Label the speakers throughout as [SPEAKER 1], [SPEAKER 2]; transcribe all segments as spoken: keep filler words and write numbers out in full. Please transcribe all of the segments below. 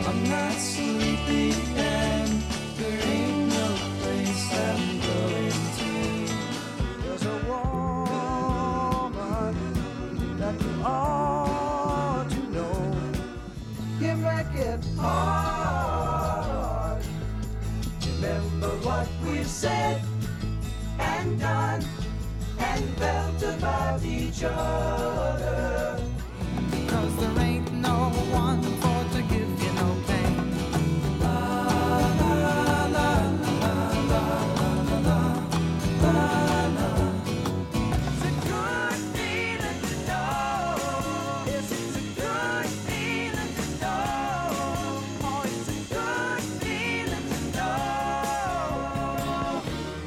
[SPEAKER 1] I'm not sleepy and there ain't no place I'm going to. There's a woman that you ought to know. You make it hard. Remember what we've said and done and felt about each other. 'Cause there ain't no one for to give you no pain. La la la la la la la la. It's a good feeling to know. Yes, it's a good feeling to know. Oh, it's a good feeling to know.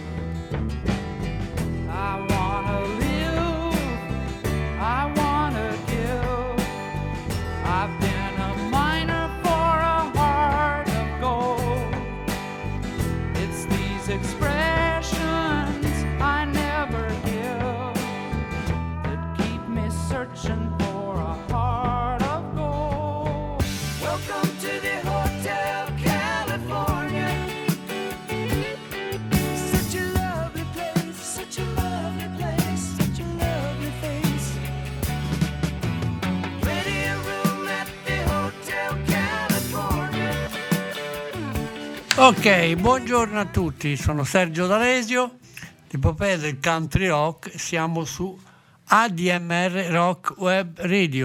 [SPEAKER 1] I wanna live, I wanna give. I've been a miner for a heart of gold. It's these expressions I never give that keep me searching for a heart of gold. Welcome to the Hotel California. Such a lovely place, such a lovely place, such a lovely face. Ready a room at the Hotel California.
[SPEAKER 2] Ok, buongiorno a tutti, sono Sergio D'Alesio, l'epopea del country rock, siamo su A D M R Rock Web Radio.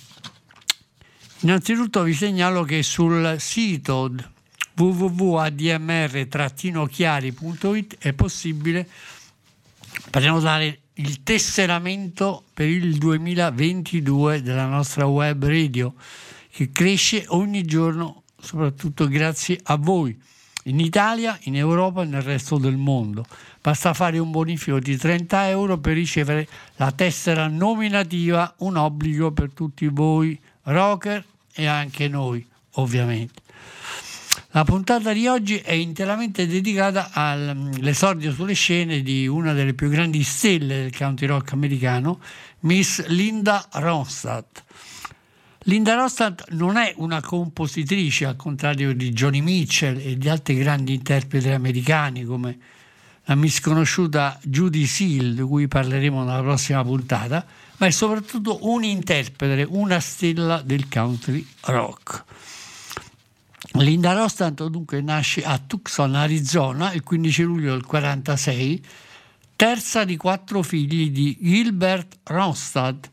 [SPEAKER 2] Innanzitutto vi segnalo che sul sito w w w punto a d m r trattino chiari punto i t è possibile prenotare il tesseramento per il duemilaventidue della nostra web radio, che cresce ogni giorno, soprattutto grazie a voi, in Italia, in Europa e nel resto del mondo. Basta fare un bonifico di trenta euro per ricevere la tessera nominativa, un obbligo per tutti voi rocker e anche noi, ovviamente. La puntata di oggi è interamente dedicata all'esordio sulle scene di una delle più grandi stelle del country rock americano, Miss Linda Ronstadt. Linda Ronstadt non è una compositrice, al contrario di Joni Mitchell e di altri grandi interpreti americani come la misconosciuta Judy Seal, di cui parleremo nella prossima puntata, ma è soprattutto un interprete, una stella del country rock. Linda Ronstadt dunque nasce a Tucson, Arizona, il quindici luglio del quarantasei, terza di quattro figli di Gilbert Ronstadt.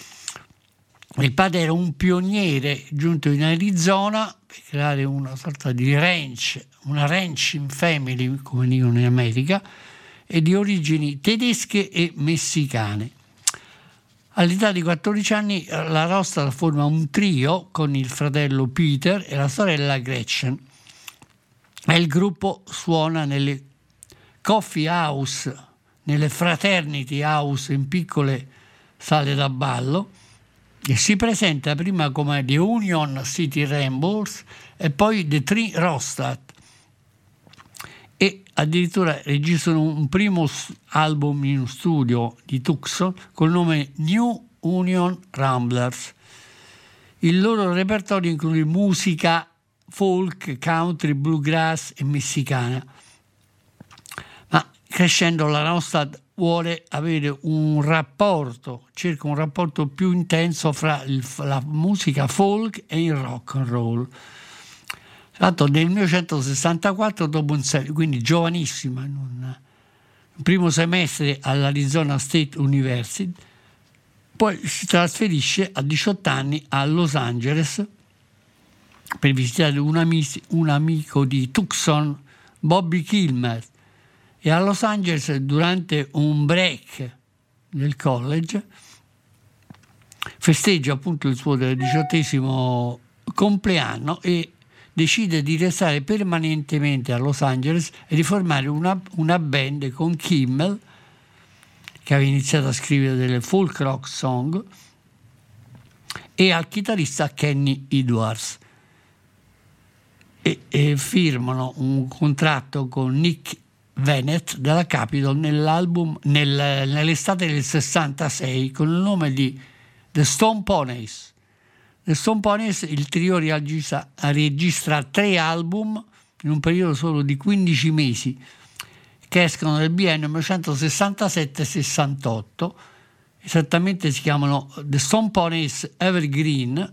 [SPEAKER 2] Il padre era un pioniere giunto in Arizona per creare una sorta di ranch, una ranching family, come dicono in America, e di origini tedesche e messicane. All'età di quattordici anni la Ronstadt forma un trio con il fratello Peter e la sorella Gretchen, e il gruppo suona nelle coffee house, nelle fraternity house, in piccole sale da ballo, e si presenta prima come The Union City Ramblers e poi The Three Ronstadt, e addirittura registrano un primo album in studio di Tucson col nome New Union Ramblers. Il loro repertorio include musica folk, country, bluegrass e messicana, ma crescendo la Ronstadt vuole avere un rapporto, cerca un rapporto più intenso fra il, la musica folk e il rock and roll. Fatto nel millenovecentosessantaquattro, dopo un se- quindi giovanissima, in un, un primo semestre all'Arizona State University, poi si trasferisce a diciotto anni a Los Angeles per visitare un, amici, un amico di Tucson, Bobby Kilmer, e a Los Angeles durante un break del college festeggia appunto il suo diciottesimo compleanno e decide di restare permanentemente a Los Angeles e di formare una, una band con Kimmel, che aveva iniziato a scrivere delle folk rock song, e al chitarrista Kenny Edwards, e, e firmano un contratto con Nick Venett della Capitol nell'album nel, nell'estate del sessantasei con il nome di The Stone Ponies. The Stone Ponies, il trio registra, registra tre album in un periodo solo di quindici mesi, che escono nel biennio millenovecentosessantasette sessantotto. Esattamente si chiamano The Stone Ponies Evergreen,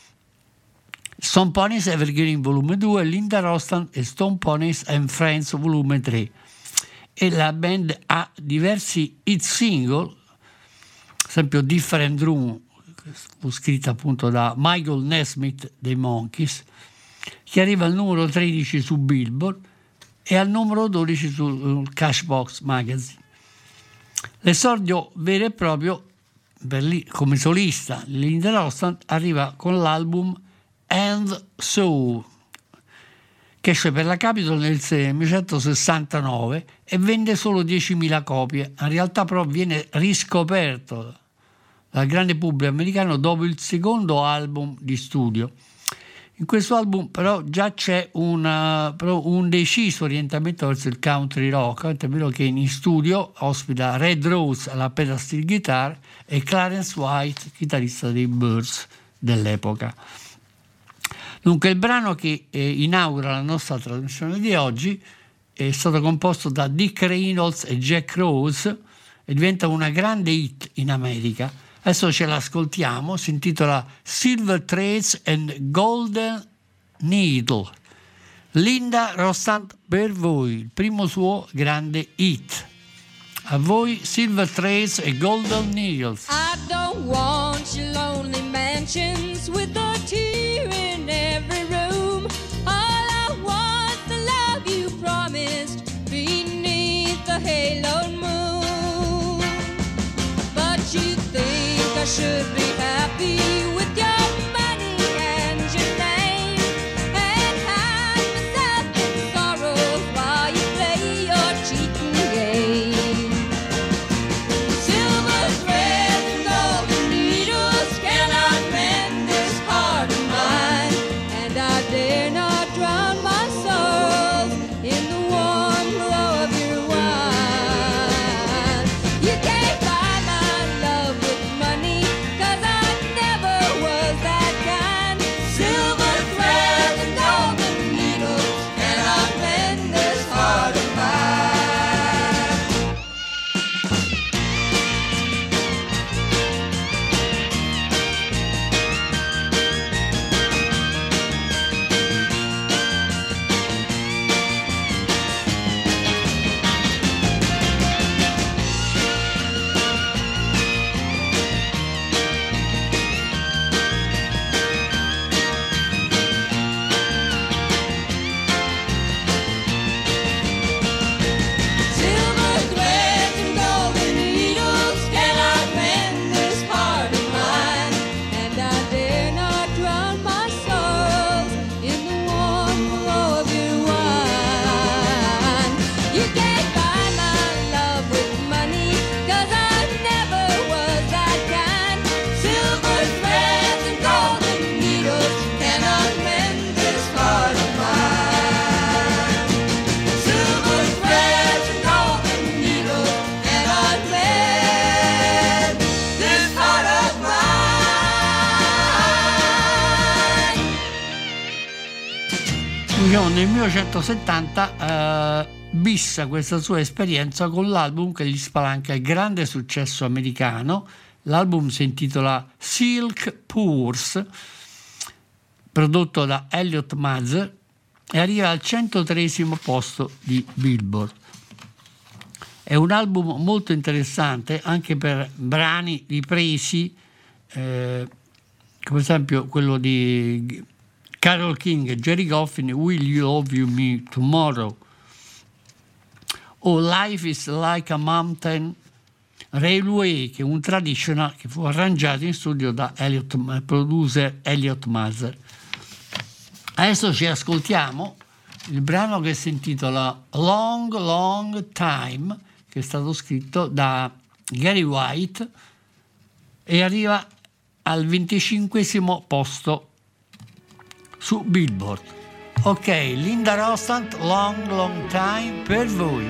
[SPEAKER 2] Stone Ponies Evergreen volume due, Linda Ronstadt e Stone Ponies and Friends volume tre. E la band ha diversi hit single, ad esempio Different Room, fu scritta appunto da Michael Nesmith dei Monkees, che arriva al numero tredici su Billboard e al numero dodici su Cashbox Magazine. L'esordio vero e proprio per lì, come solista Linda Ronstadt arriva con l'album And So, che esce per la Capitol nel millenovecentosessantanove e vende solo diecimila copie. In realtà però viene riscoperto dal grande pubblico americano dopo il secondo album di studio. In questo album però già c'è una, però un deciso orientamento verso il country rock, è vero che in studio ospita Red Rose alla pedal steel guitar e Clarence White, chitarrista dei Byrds dell'epoca. Dunque il brano che eh, inaugura la nostra trasmissione di oggi è stato composto da Dick Reynolds e Jack Rose e diventa una grande hit in America. Adesso ce l'ascoltiamo, si intitola Silver Threads and Golden Needle. Linda Ronstadt per voi, il primo suo grande hit. A voi Silver Threads e Golden Needles.
[SPEAKER 3] I don't want your lonely mansions with a tear in every room. All I want the love you promised beneath the halo moon. But you think I should be happy with your money and your name, and hide myself in sorrow while you play your cheating game. Silver threads and golden needles cannot mend this heart of mine, and I dare not drown my sorrows in the warm glow of your wine. You can't buy my love with money, 'cause I never was that kind. Silver threads and golden needles cannot mend this heart of mine. Silver threads and golden needles cannot mend this heart of mine, and I dare not drown my sorrows in the warm glow of your wine. You can't buy my love with money, 'cause I never was that kind. Silver threads and golden needles cannot mend this heart of mine. Silver threads and golden needles cannot mend this heart of mine.
[SPEAKER 2] Diciamo, nel millenovecentosettanta eh, bissa questa sua esperienza con l'album che gli spalanca il grande successo americano. L'album si intitola Silk Purse, prodotto da Elliot Mazur, e arriva al centotreesimo posto di Billboard. È un album molto interessante anche per brani ripresi, eh, come ad esempio quello di Carole King e Jerry Goffin, Will You Love You Me Tomorrow, o Life is Like a Mountain Railway, che è un traditional che fu arrangiato in studio da Elliot, producer Elliot Mazur. Adesso ci ascoltiamo il brano che si intitola Long Long Time, che è stato scritto da Gary White e arriva al venticinquesimo posto su Billboard. Ok, Linda Ronstadt, Long Long Time per voi.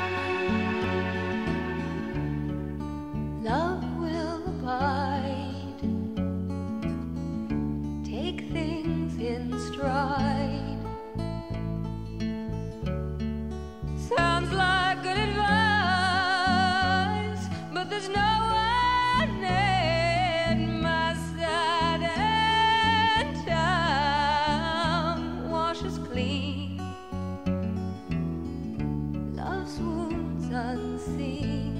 [SPEAKER 3] Love will abide was no one at my side, and time washes clean love's wounds unseen.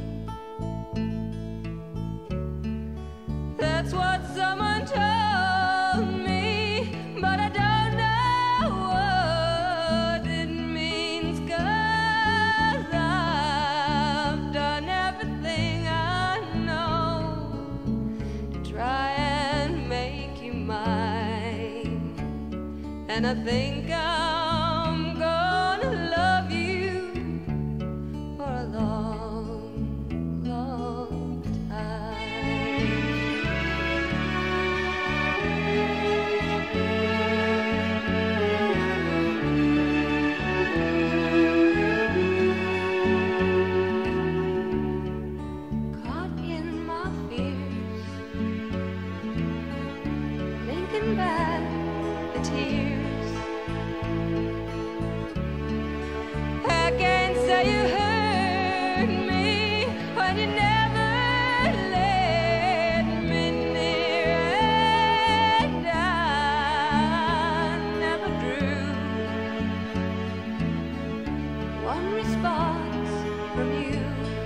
[SPEAKER 3] That's what someone told me, but I don't know what it means, 'cause I've done everything I know to try and make you mine, and I think I'm gonna love you for a long, long time. Caught in my fears, thinking back the tears. I can't say you hurt me when you never let me near, and I never drew one response from you.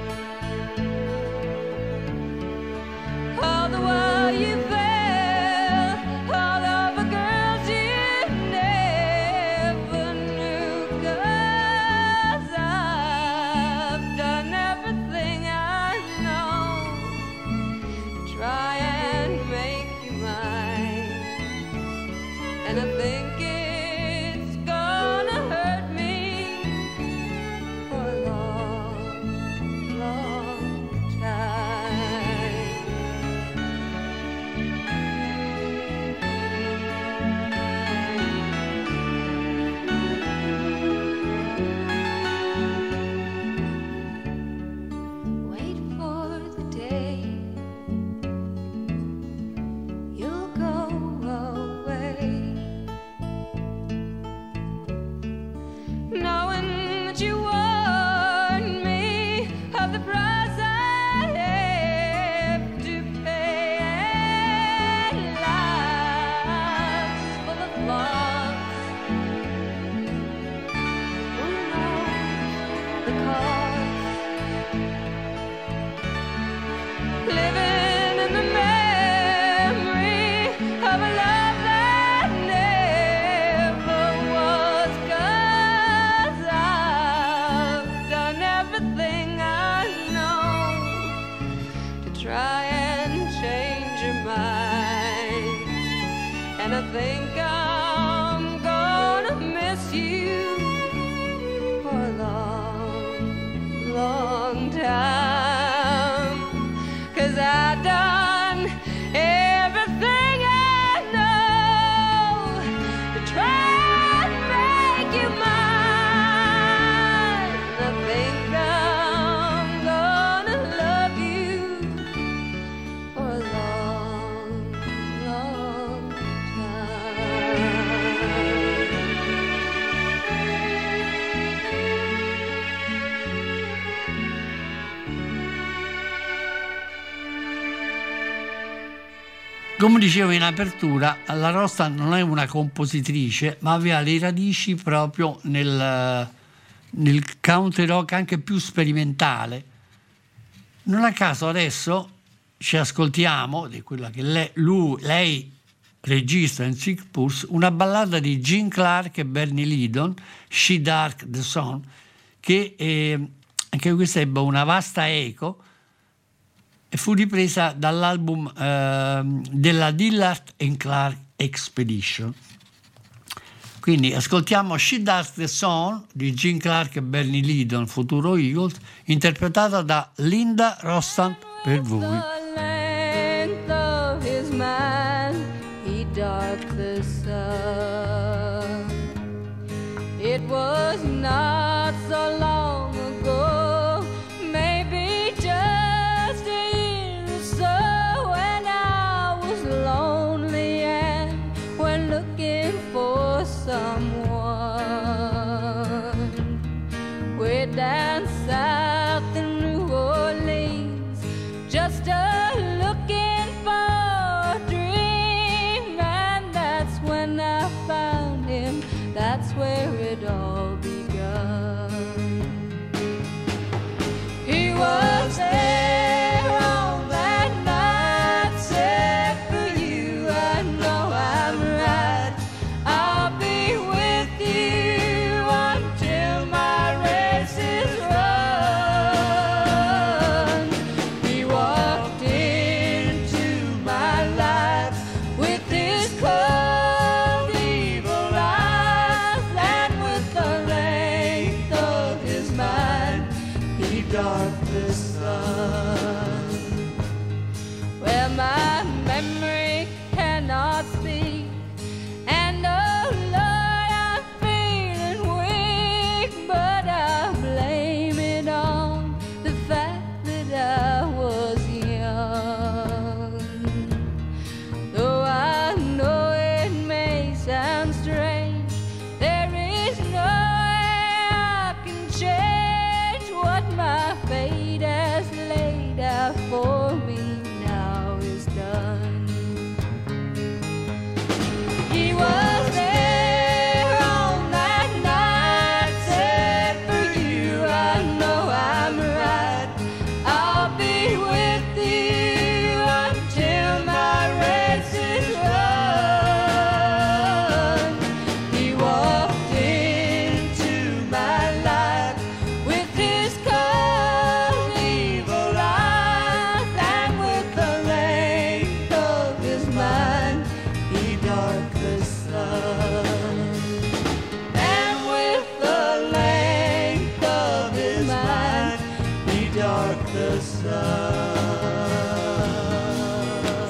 [SPEAKER 3] All the while you fell all over girls you never knew, 'cause I've done everything I know to try and make you mine, and I think it's gonna hurt me for a long, long time. Wait for the day you'll go away, knowing that you warned me of the price I have to pay, and life's full of flaws. Who knows the cause? Living in the memory of a love that never was, 'cause I've done everything I know to try and change your mind, and I think I'm gonna miss you for a long, long time, 'cause I've done everything I know to try and make you mine. I think I'm gonna love you for a long, long time.
[SPEAKER 2] Come dicevo in apertura, la Rosta non è una compositrice, ma aveva le radici proprio nel, nel country rock anche più sperimentale. Non a caso adesso ci ascoltiamo di quella che lei, lui, lei registra in Sick Pulse, una ballata di Gene Clark e Bernie Lydon, She Dark the Sun, che eh, anche questa ebbe una vasta eco e fu ripresa dall'album eh, della Dillard and Clark Expedition. Quindi ascoltiamo She Does the Song di Gene Clark e Bernie Lydon, Futuro Eagles, interpretata da Linda Ronstadt per voi.
[SPEAKER 3] The length of his mind, he darked the sun. It was not so long ago, maybe just a year or so, when I was lonely and when looking for someone way down south in New Orleans,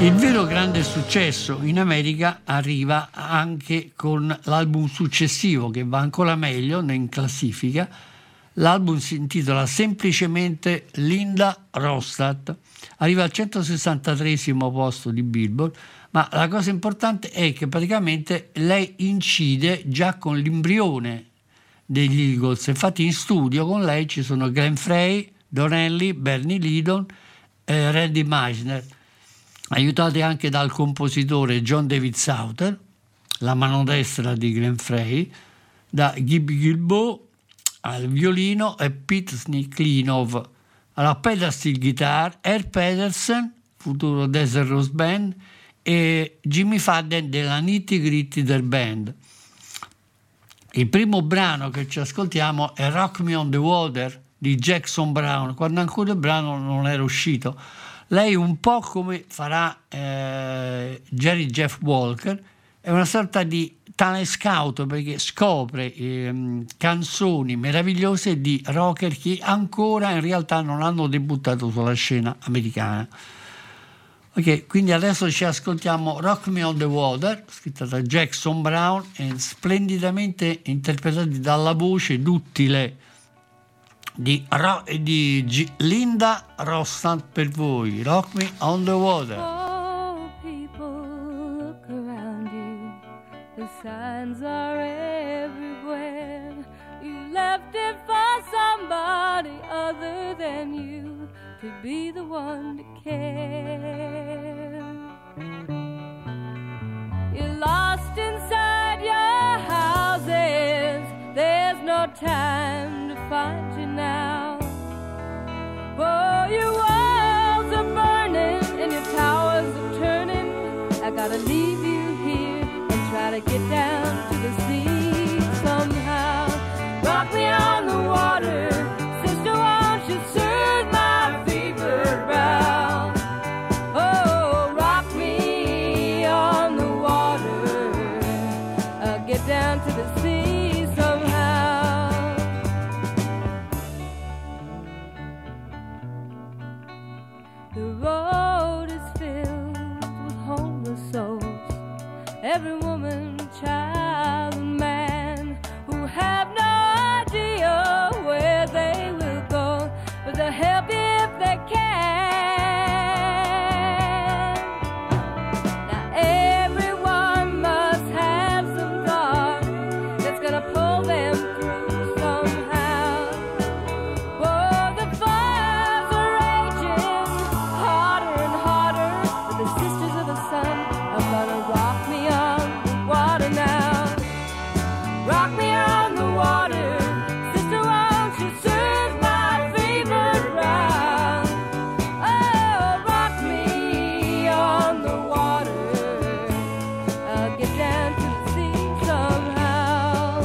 [SPEAKER 2] Il vero grande successo in America arriva anche con l'album successivo, che va ancora meglio in classifica. L'album si intitola semplicemente Linda Ronstadt, arriva al centosessantatreesimo posto di Billboard, ma la cosa importante è che praticamente lei incide già con l'imbrione degli Eagles. Infatti in studio con lei ci sono Glenn Frey, Don Henley, Bernie Leadon e Randy Meisner, aiutati anche dal compositore John David Souther, la mano destra di Glenn Frey, da Gibby Gilboa al violino e Pete Sniklinov alla pedal steel guitar, Herb Pedersen, futuro Desert Rose Band, e Jimmy Fadden della Nitty Gritty del band. Il primo brano che ci ascoltiamo è Rock Me on the Water di Jackson Browne, quando ancora il brano non era uscito. Lei, un po' come farà eh, Jerry Jeff Walker, è una sorta di talent scout, perché scopre eh, canzoni meravigliose di rocker che ancora in realtà non hanno debuttato sulla scena americana. Ok, quindi adesso ci ascoltiamo Rock Me on the Water, scritta da Jackson Browne e splendidamente interpretati dalla voce duttile di, Ro- di G- Linda Ronstadt per voi. Rock Me on the Water.
[SPEAKER 3] Oh, people, look around you. The signs are everywhere. You left it for somebody other than you to be the one to care. You're lost inside your houses. There's no time to find you now. Oh, your walls are burning and your towers are turning. I gotta leave you here and try to get down to the sea somehow. Rock me on the water, sister, won't you soothe my fevered brow? Oh, rock me on the water, I'll get down to the sea somehow. The road is filled with homeless souls, every woman, child, and man who have no idea where they will go, but they'll help you if they can. Now everyone must have some thought that's gonna pull them through somehow. Oh, the fires are raging harder and harder, but the sisters of the sun are gonna rock me on the water now. Rock me on the water, sister, won't you soothe my fevered brow? Oh, rock me on the water, I'll get down to the sea somehow.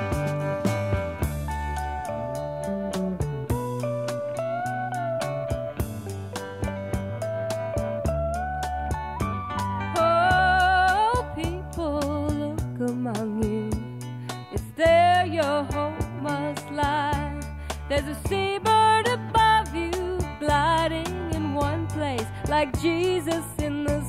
[SPEAKER 3] Oh, people, look among you. It's there your hope must lie. There's a seabird above you, gliding in one place, like Jesus in the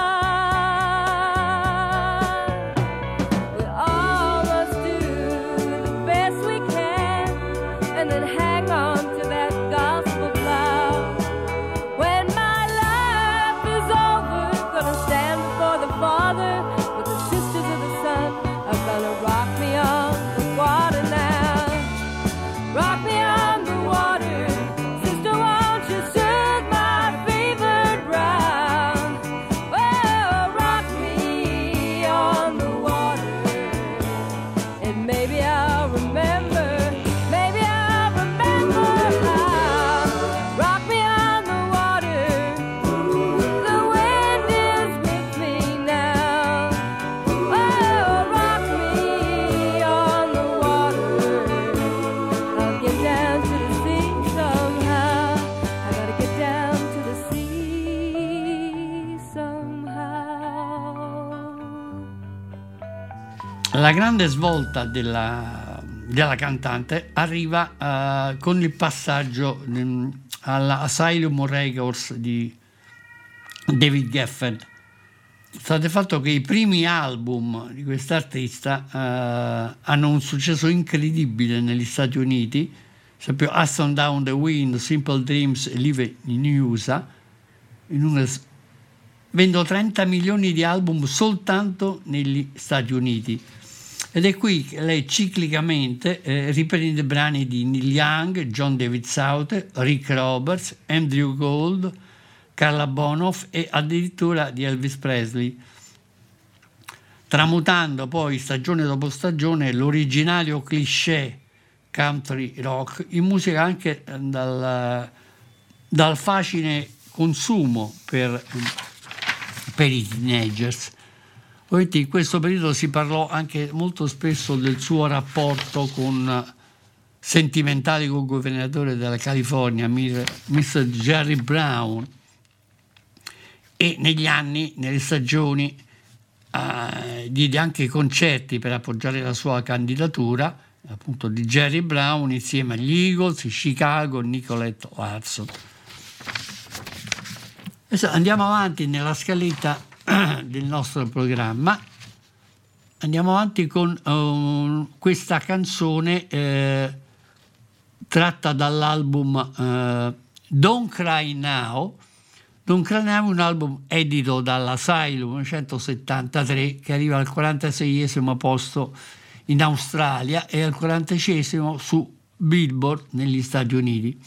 [SPEAKER 3] sky. We all must do the best we can, and then hang on to that gospel cloud. When my life is over, gonna stand before the Father, with the sisters of the sun are gonna rock me on the water now. Rock me on the water, sister, won't you soothe my fevered brow? Oh, rock me on the water, and maybe I'll remember, maybe I'll remember how. Rock me on the water, the wind is with me now. Oh, rock me on the water, I'll get down to the sea somehow. I gotta get down to the sea somehow.
[SPEAKER 2] La grande svolta della, della cantante arriva eh, con il passaggio mm, alla Asylum Records di David Geffen. Sta di fatto che i primi album di quest'artista eh, hanno un successo incredibile negli Stati Uniti, esempio Aston Down the Wind, Simple Dreams e Live in U S A, in una, vendono trenta milioni di album soltanto negli Stati Uniti, ed è qui che lei ciclicamente eh, riprende brani di Neil Young, John David Souther, Rick Roberts, Andrew Gold, Carla Bonoff e addirittura di Elvis Presley, tramutando poi stagione dopo stagione l'originario cliché country rock in musica anche dal, dal facile consumo per, per i teenagers. Ovviamente in questo periodo si parlò anche molto spesso del suo rapporto con sentimentale con il governatore della California, mister Jerry Brown, e negli anni, nelle stagioni, eh, diede anche concerti per appoggiare la sua candidatura, appunto di Jerry Brown, insieme agli Eagles, Chicago, Nicolette Larson. Adesso andiamo avanti nella scaletta del nostro programma. Andiamo avanti con uh, questa canzone eh, tratta dall'album uh, Don't Cry Now. Don't Cry Now è un album edito dall'Asylum millenovecentosettantatré che arriva al quarantaseiesimo posto in Australia e al quarantesimo su Billboard negli Stati Uniti,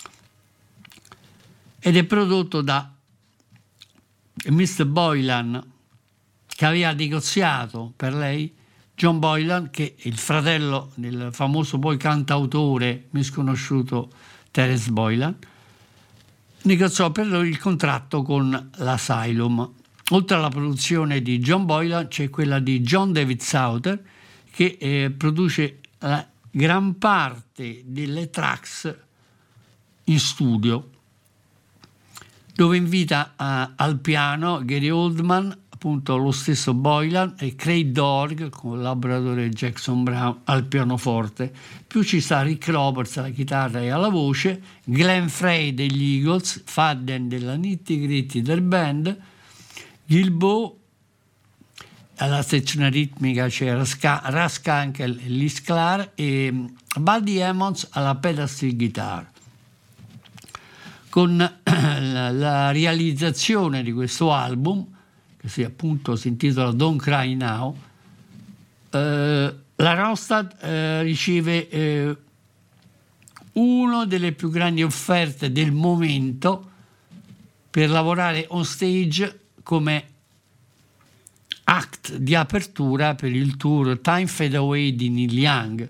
[SPEAKER 2] ed è prodotto da mister Boylan, che aveva negoziato per lei, John Boylan, che è il fratello del famoso poi cantautore misconosciuto Terence Boylan, negoziò per lui il contratto con l'Asylum. Oltre alla produzione di John Boylan c'è quella di John David Souther, che eh, produce la gran parte delle tracks in studio, dove invita uh, al piano Gary Oldman, appunto lo stesso Boylan, e Craig Dorg, collaboratore di Jackson Brown, al pianoforte. Più ci sta Rick Roberts alla chitarra e alla voce, Glenn Frey degli Eagles, Fadden della Nitty Gritty del band, Gilbo alla sezione ritmica c'era Russ Kunkel e Liz Clark, e Buddy Emmons alla pedal steel guitar. Con la, la realizzazione di questo album, che si appunto si intitola Don't Cry Now, eh, la Ronstadt eh, riceve eh, una delle più grandi offerte del momento per lavorare on stage come act di apertura per il tour Time Fade Away di Neil Young,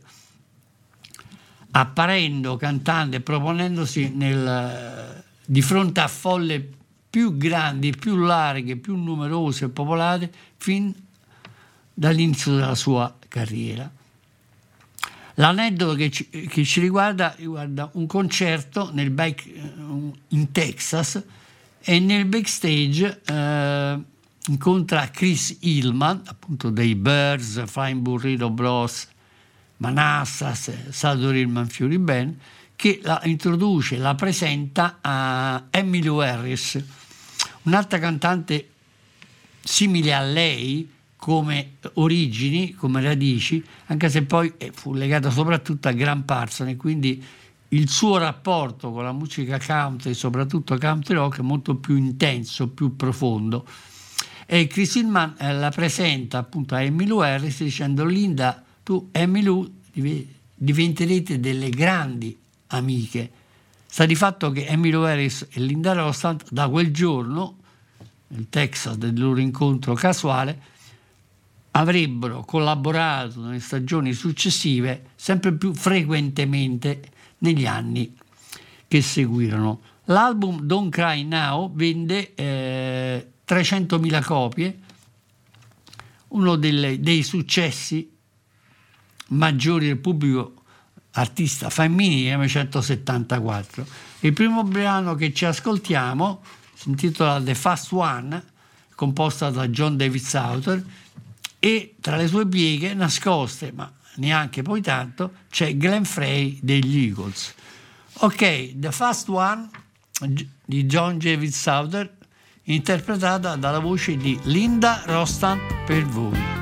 [SPEAKER 2] apparendo, cantando e proponendosi nel, di fronte a folle più grandi, più larghe, più numerose e popolate fin dall'inizio della sua carriera. L'aneddoto che ci, che ci riguarda riguarda un concerto nel back, in Texas, e nel backstage eh, incontra Chris Hillman, appunto dei Birds, Flying Burrito Bros, Manassas, Salvador Hillman Fury Band, che la introduce, la presenta a Emmylou Harris, un'altra cantante simile a lei come origini, come radici, anche se poi fu legata soprattutto a Graham Parsons, e quindi il suo rapporto con la musica country, soprattutto country rock, è molto più intenso, più profondo. E Chris Hillman eh, la presenta appunto a Emmylou Harris dicendo: Linda, tu Emmylou diventerete delle grandi amiche. Sta di fatto che Emmylou Harris e Linda Ronstadt da quel giorno, nel Texas del loro incontro casuale, avrebbero collaborato nelle stagioni successive sempre più frequentemente negli anni che seguirono. L'album Don't Cry Now vende eh, trecentomila copie, uno delle, dei successi maggiori del pubblico artista femminile nel millenovecentosettantaquattro. Il primo brano che ci ascoltiamo si intitola The Fast One, composta da John David Souther, e tra le sue pieghe nascoste, ma neanche poi tanto, c'è Glenn Frey degli Eagles. Ok, The Fast One di John David Souther interpretata dalla voce di Linda Ronstadt per voi.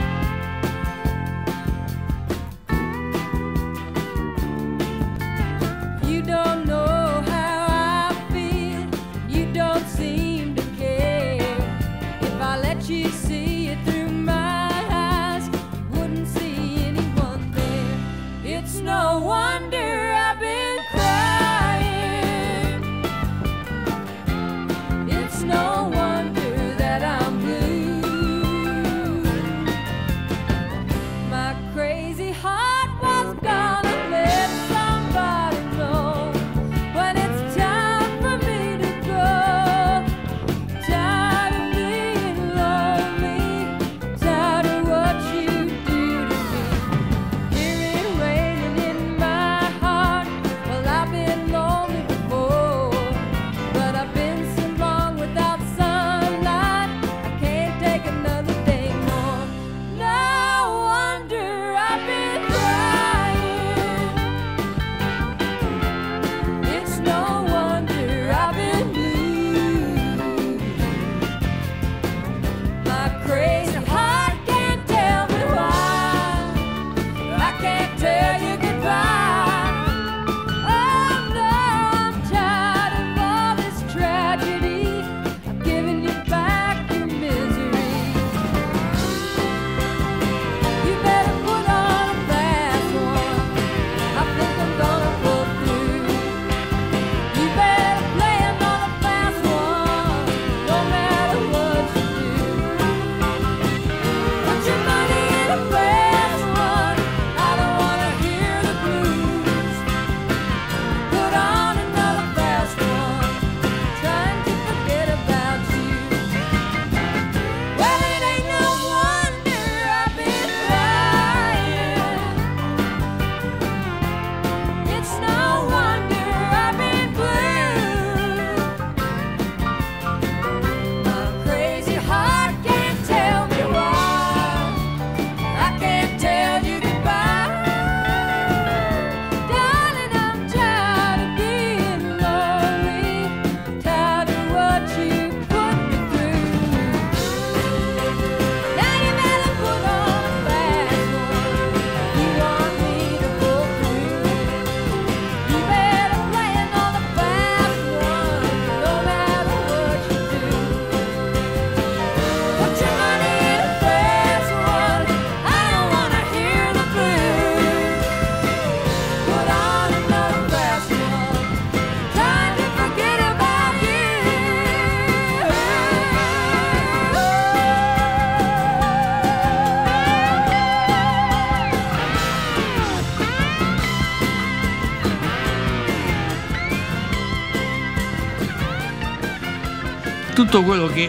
[SPEAKER 2] Tutto quello che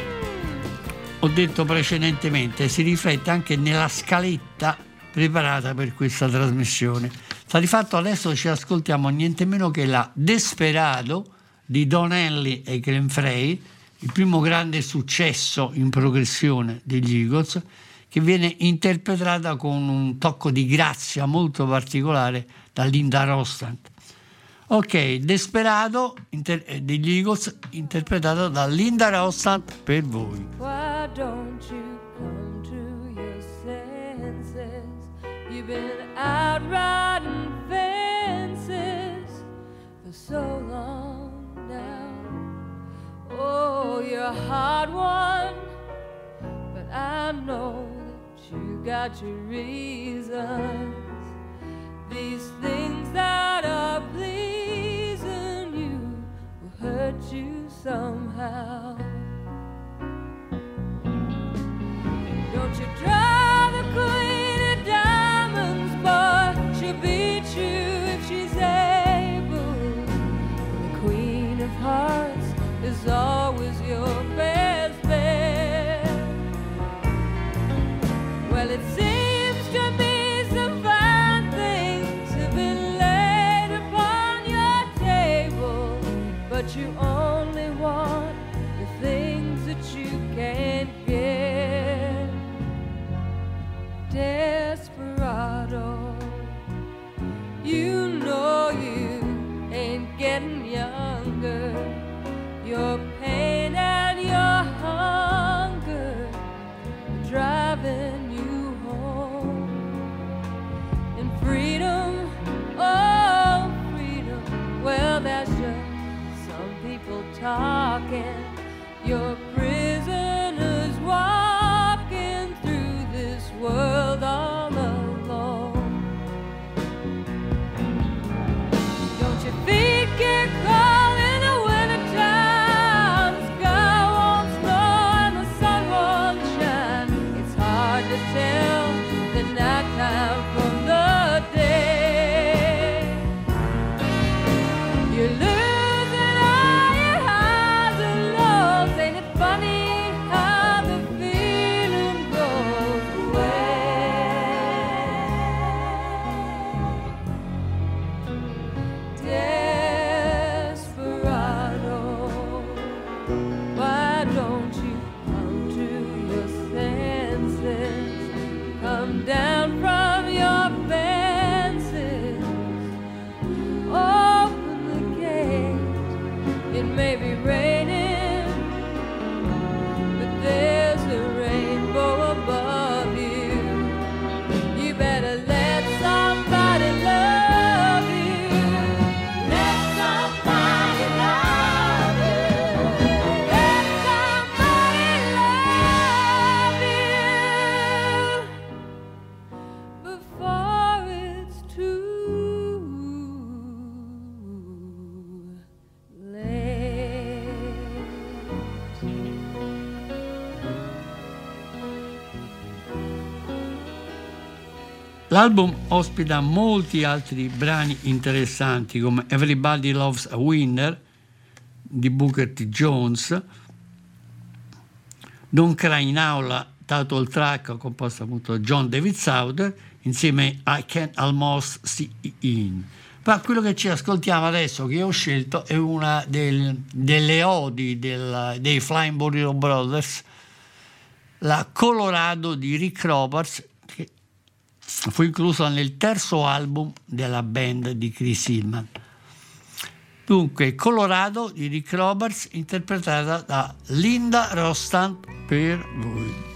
[SPEAKER 2] ho detto precedentemente si riflette anche nella scaletta preparata per questa trasmissione. Sta di fatto adesso ci ascoltiamo niente meno che la Desperado di Don Henley e Glenn Frey, il primo grande successo in progressione degli Eagles, che viene interpretata con un tocco di grazia molto particolare da Linda Ronstadt. Ok, Desperado inter- degli Eagles, interpretato da Linda Ronstadt per voi.
[SPEAKER 3] Why don't you come to your senses? You've been out riding fences for so long now. Oh, you're a hard one, but I know that you got your reasons. These things that are pleasing you will hurt you somehow. Don't you try the queen of diamonds, boy, she'll beat you if she's able. The queen of hearts is always your best bet. Well, it seems to me some fine things have been laid upon your table, but you only want the things that you can't get. Desperado, you know you ain't getting younger. Your pain and your the nighttime from the day. You lose it all your highs and lows. Ain't it funny how the feeling goes away? Desperado, why don't you come to your senses? Come down from your fences, open the gate. It may be raining, but there's a rainbow above you. You better let somebody love you. Let somebody love you. Let somebody love you before it's too late.
[SPEAKER 2] L'album ospita molti altri brani interessanti come Everybody Loves a Winner di Booker T. Jones, Don't Cry Now, la title track composta appunto da John David Souther insieme a I Can Almost See In. Ma quello che ci ascoltiamo adesso, che ho scelto, è una del- delle odi del- dei Flying Burrito Brothers, la Colorado di Rick Roberts, che fu inclusa nel terzo album della band di Chris Hillman. Dunque, Colorado di Rick Roberts, interpretata da Linda Ronstadt per voi.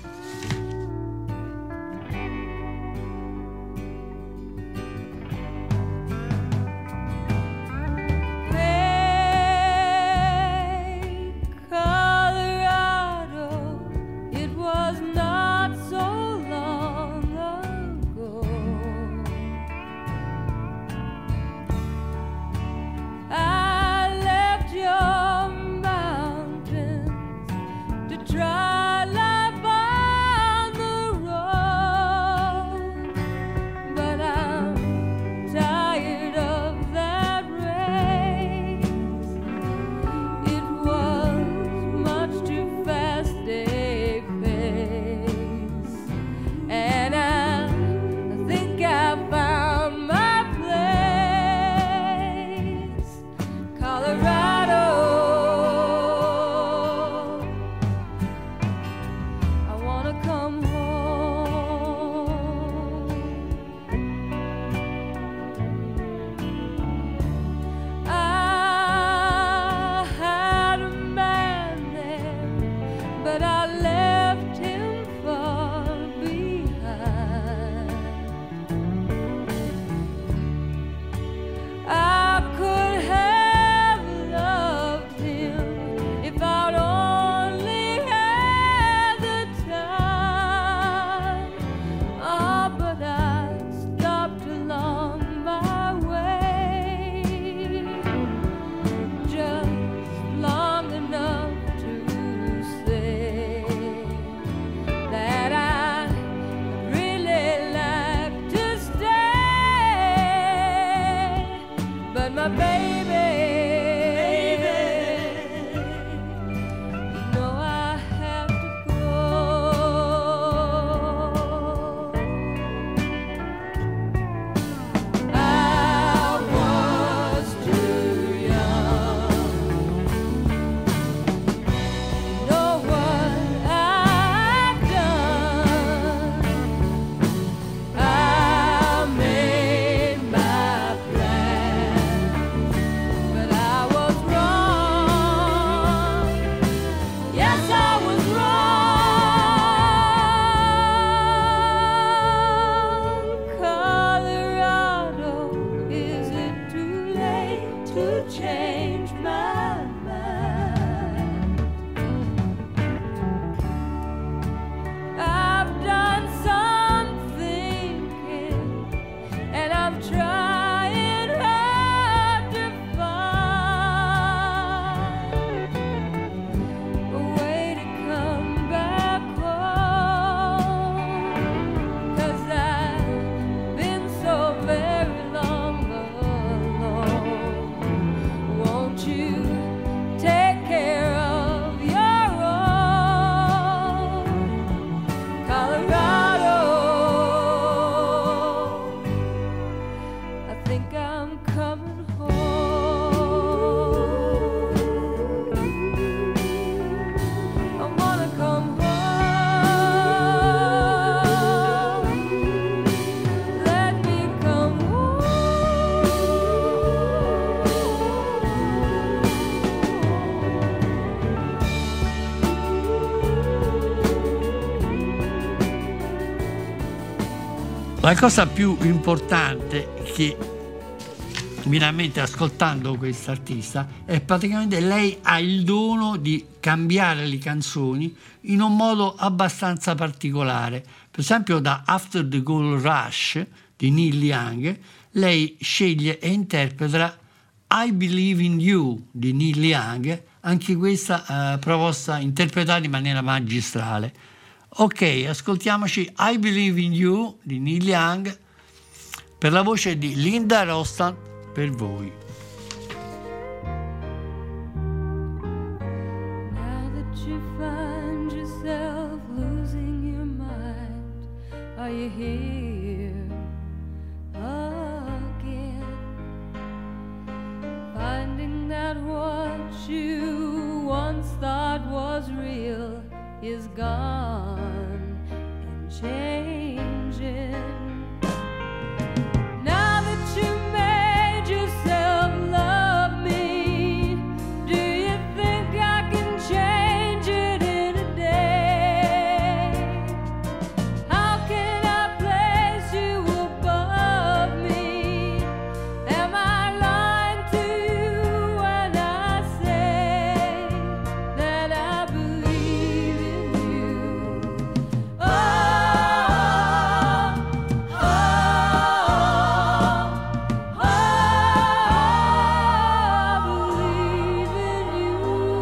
[SPEAKER 3] Hey, Colorado, it was not so long ago. I left your mountains to try life on the road, but I'm tired of that race. It was much too fast a pace, and I think I found my place, Colorado. I wanna come home. I had a man there, but I left him far behind. I could have loved him if I'd only had the time. Ah, but I stopped along my way, just long enough to say that I really like to stay. But my baby, you know I have to go. I was too young. You know what I've done? I made my plans
[SPEAKER 2] La cosa più importante che mi viene a mente ascoltando questa artista è praticamente lei ha il dono di cambiare le canzoni in un modo abbastanza particolare. Per esempio da After the Gold Rush di Neil Young lei sceglie e interpreta I Believe in You di Neil Young, anche questa eh, proposta interpretata in maniera magistrale. Ok, ascoltiamoci I Believe in You di Neil Young per la voce di Linda Ronstadt per voi.
[SPEAKER 3] Now that you find yourself losing your mind, are you here again? Finding that what you once thought was real is gone and changing. Now that you made yourself love me, do you think I can change it in a day? How can I place you above me? Am I lying to you when I say that I believe in you? Oh, oh, oh, I believe in you,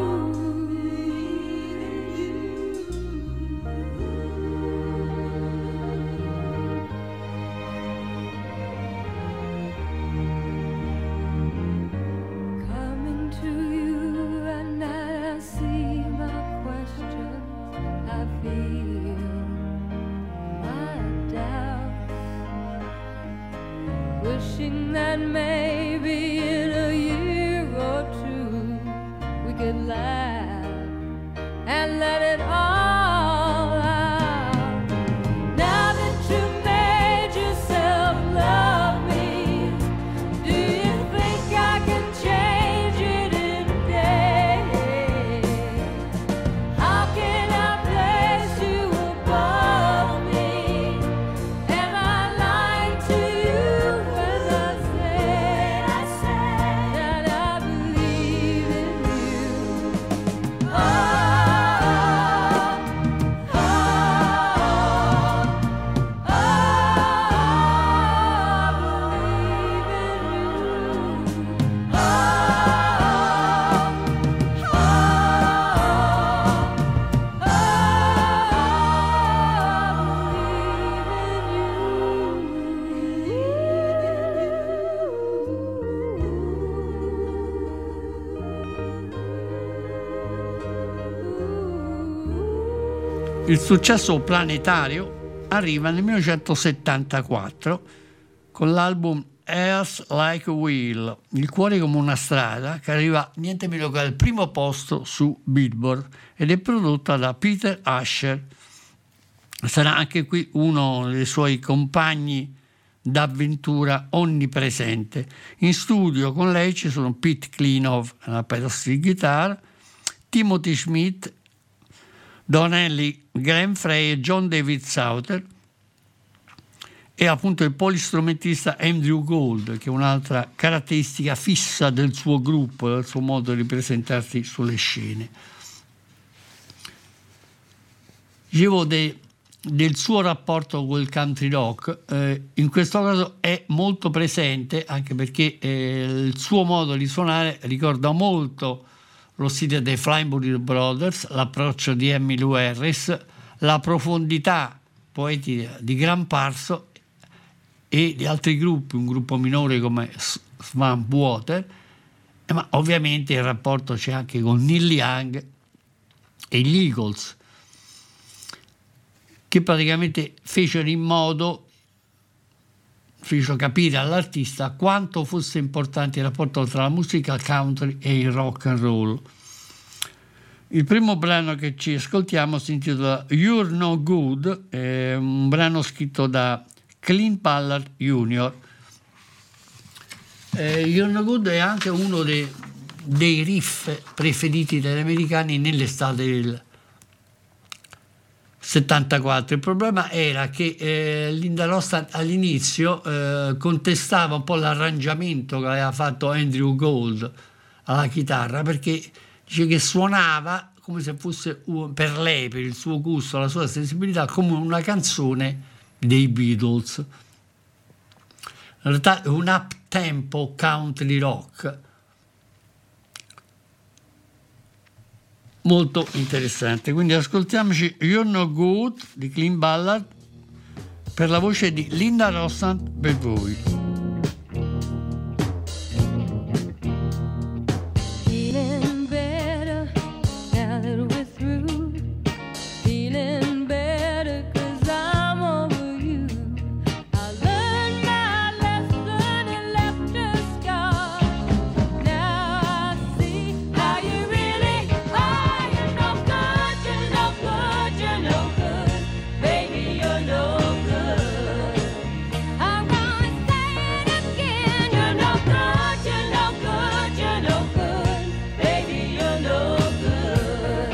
[SPEAKER 3] coming to you and I see my questions, I feel my doubts, wishing that maybe in a year or two we could laugh and let it all out. Now that you made yourself love me, do you think I can change it in a day? How can I place you above me? Am I lying to you when I say that I believe in you? Oh, oh, oh, I believe in you. Oh, oh,
[SPEAKER 2] Il successo planetario arriva nel millenovecentosettantaquattro con l'album Earth Like a Wheel, il cuore come una strada, che arriva niente meno che al primo posto su Billboard ed è prodotta da Peter Asher. Sarà anche qui uno dei suoi compagni d'avventura onnipresente. In studio con lei ci sono Pete Klinov alla pedal guitar, Timothy Schmidt, Donnelly, Glenn Frey e John David Souther e appunto il polistrumentista Andrew Gold, che è un'altra caratteristica fissa del suo gruppo, del suo modo di presentarsi sulle scene. Dicevo de, del suo rapporto con il country rock, eh, in questo caso è molto presente, anche perché eh, il suo modo di suonare ricorda molto lo stile dei Flying Burrito Brothers, l'approccio di Emmylou Harris, la profondità poetica di Graham Parsons e di altri gruppi, un gruppo minore come Swamp Water, ma ovviamente il rapporto c'è anche con Neil Young e gli Eagles, che praticamente fecero in modo, fecero capire all'artista quanto fosse importante il rapporto tra la musica country e il rock and roll. Il primo brano che ci ascoltiamo si intitola You're No Good, è un brano scritto da Clint Ballard junior Eh, You're No Good è anche uno dei, dei riff preferiti dagli americani nell'estate del settantaquattro. Il problema era che eh, Linda Ronstadt all'inizio eh, contestava un po' l'arrangiamento che aveva fatto Andrew Gold alla chitarra, perché dice che suonava come se fosse un, per lei, per il suo gusto, la sua sensibilità, come una canzone dei Beatles. In realtà è un up-tempo country rock molto interessante. Quindi ascoltiamoci You're No Good di Clean Ballad per la voce di Linda Ronstadt per voi.
[SPEAKER 3] Feeling better now that we're through. Feeling better 'cause I'm over you. I learned my lesson and left a scar. Now I see how you really are. You're no good, you're no good, you're no good. Baby, you're no good. I'm gonna say it again. You're no good, you're no good, you're no good. Baby, you're no good.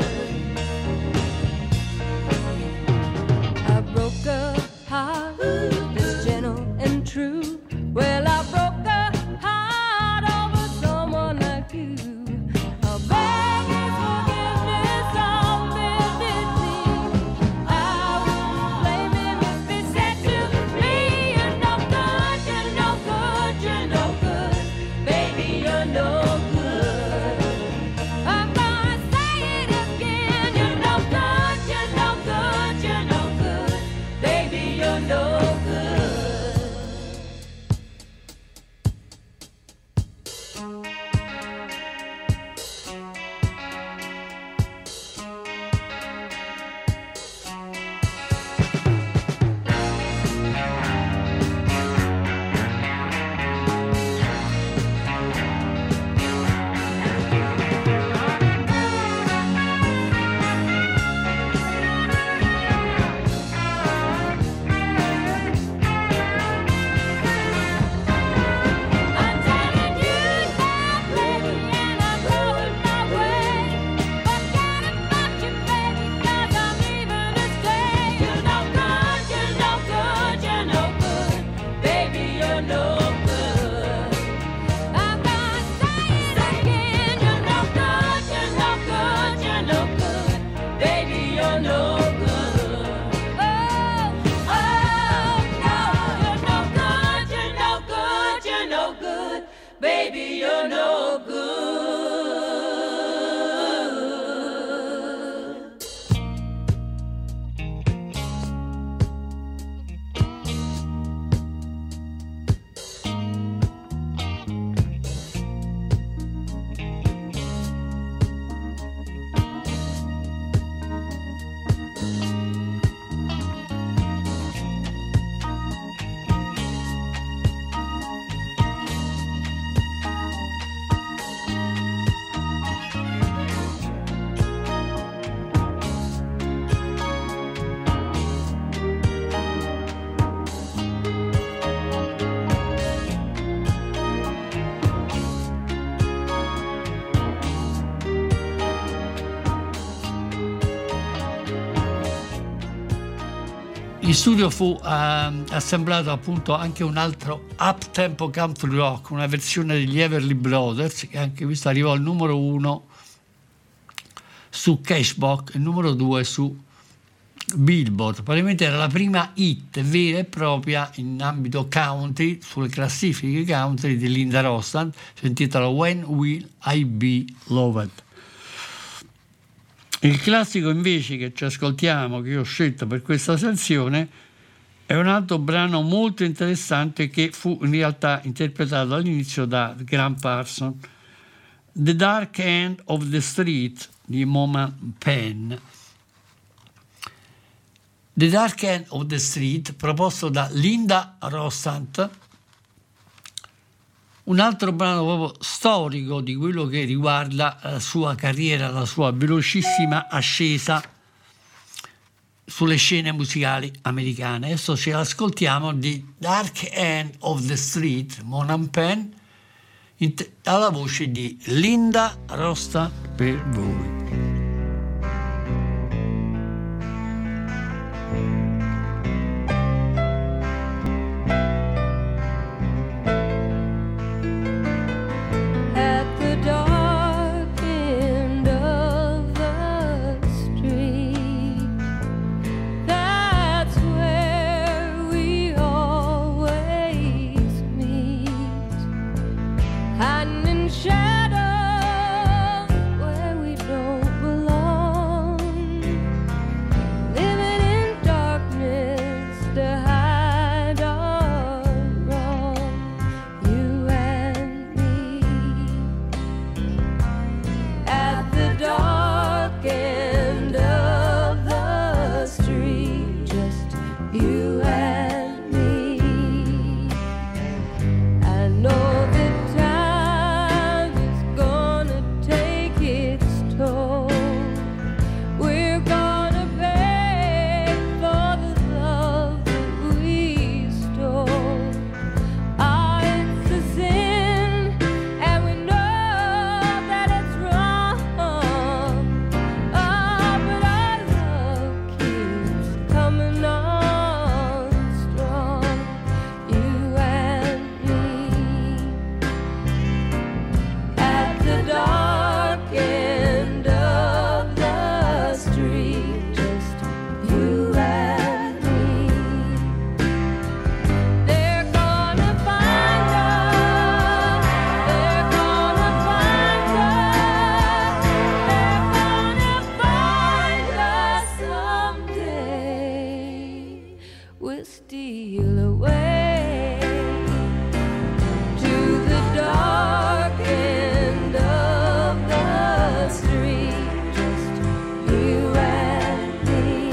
[SPEAKER 3] I broke a heart that's gentle and true. Well, I broke a heart over someone like you. I'll beg your forgiveness on bended knee. I wouldn't blame him if he said to me, you're no good, you're no good, you're no good. Baby, you're no good. I'm gonna say it again. You're no good, you're no good, you're no good. Baby, you're no good. I'm telling you now, baby, and I'm going my way. Forget about you, baby, 'cause I'm leaving to stay. You're no good, you're no good, you're no good. Baby, you're no good. I'm gonna say it again. You're no good, you're no good, you're no good. Baby, you're no good. Oh, oh, no, you're no good, you're no good, you're no good. Baby, you're no good.
[SPEAKER 2] In studio fu eh, assemblato appunto anche un altro up-tempo country rock, una versione degli Everly Brothers, che anche questo arrivò al numero uno su Cashbox e numero due su Billboard. Probabilmente era la prima hit vera e propria in ambito country, sulle classifiche country di Linda Ronstadt, si intitola When Will I Be Loved. Il classico invece che ci ascoltiamo, che io ho scelto per questa sezione, è un altro brano molto interessante che fu in realtà interpretato all'inizio da Graham Parsons, The Dark End of the Street di Mon Pen. The Dark End of the Street, proposto da Linda Ronstadt, un altro brano proprio storico di quello che riguarda la sua carriera, la sua velocissima ascesa sulle scene musicali americane. Adesso ce l'ascoltiamo di Dark End of the Street, Mon Pen, alla voce di Linda Ronstadt per voi.
[SPEAKER 3] steal away to the dark end of the street, just you and me.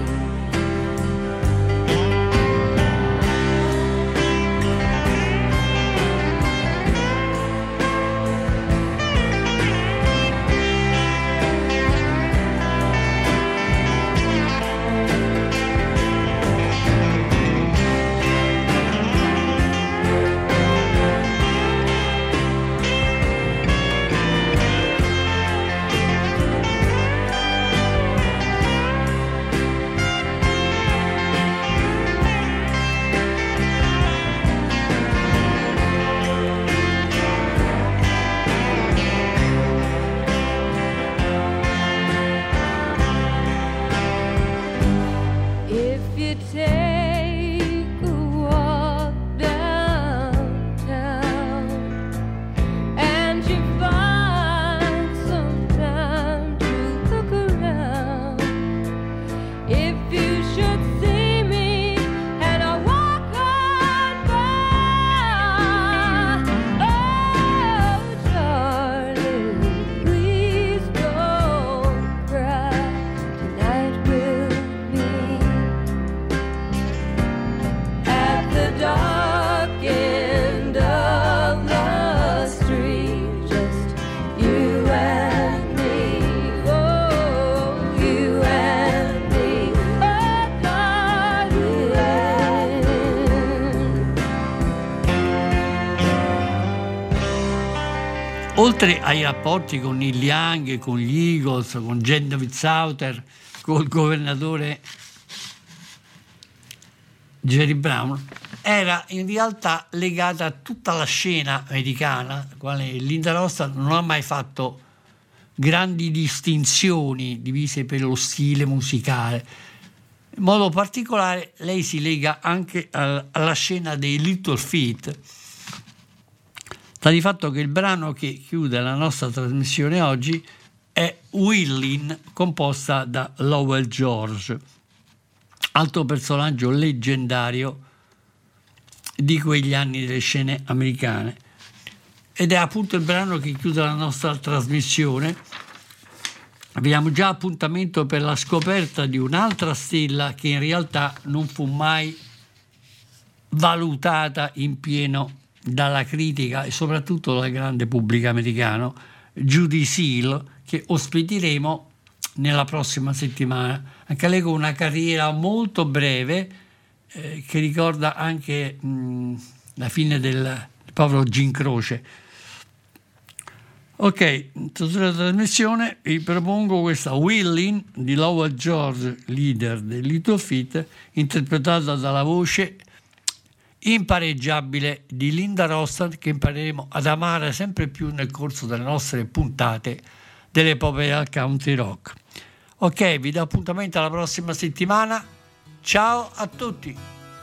[SPEAKER 3] If you take a walk downtown and you find some time to look around, if you should see me and I walk on by, oh darling, please don't cry. Tonight will be at the dark end of the street, just you and me. Oh, you and me. Oh, darling.
[SPEAKER 2] Oltre ai rapporti con Neil Young, con gli Eagles, con David Souther, col governatore Jerry Brown, era in realtà legata a tutta la scena americana, quale Linda Ronstadt non ha mai fatto grandi distinzioni divise per lo stile musicale. In modo particolare lei si lega anche al- alla scena dei Little Feat, sta di fatto che il brano che chiude la nostra trasmissione oggi è Willin', composta da Lowell George, altro personaggio leggendario di quegli anni delle scene americane, ed è appunto il brano che chiude la nostra trasmissione. Abbiamo già appuntamento per la scoperta di un'altra stella che in realtà non fu mai valutata in pieno dalla critica e soprattutto dal grande pubblico americano, Judy Seal, che ospiteremo nella prossima settimana. Anche lei con una carriera molto breve, eh, che ricorda anche mh, la fine del, del povero Jim Croce. Ok, sulla trasmissione vi propongo questa Willin' di Lowell George, leader dei Little Feat, interpretata dalla voce impareggiabile di Linda Ronstadt, che impareremo ad amare sempre più nel corso delle nostre puntate dell'epopea del country rock. Ok, vi do appuntamento alla prossima settimana. Ciao a tutti.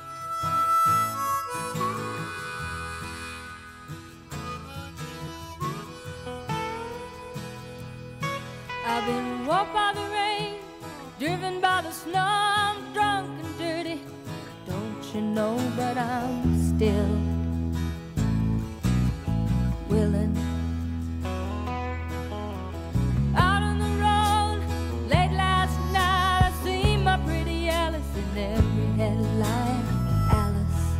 [SPEAKER 3] I've been walked by the rain, driven by the snow, I'm drunk and dirty, don't you know, but I'm still willing. Out on the road, late last night, I seen my pretty Alice in every headline. Alice,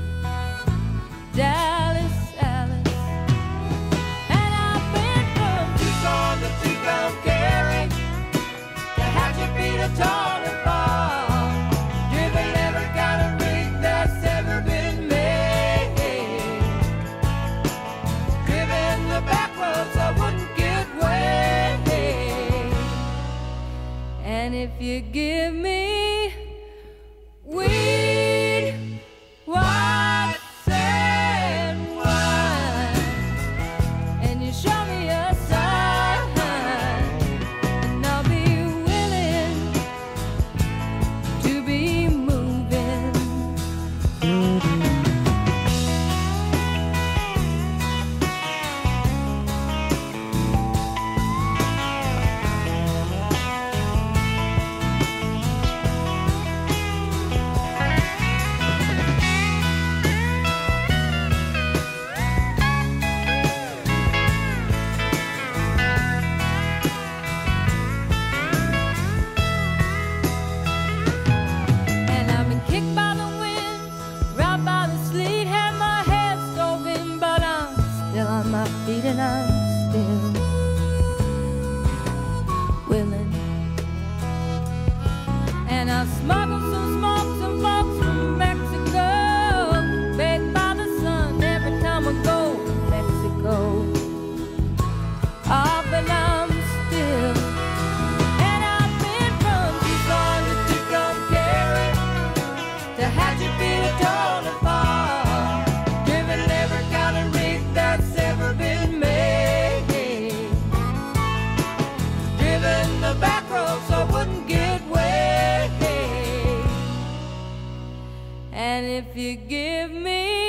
[SPEAKER 3] Dallas, Alice. And I've been from Tucson to Tucson, Cary, to Hatchet Beat, a tall and far, driven every kind of rig that's ever been made, driven out by the sleet, had my head stove in, but I'm still on my feet and I'm still willing. And I smuggled some smokes and folks from Mexico, baked by the sun every time I go to Mexico. Oh, but I'm still. And I've been from Tucson to Tucumcari, to Hatchetfield, to Farm, driven every kind of rig that's ever been made, driven the back road so I wouldn't get wet. And if you give me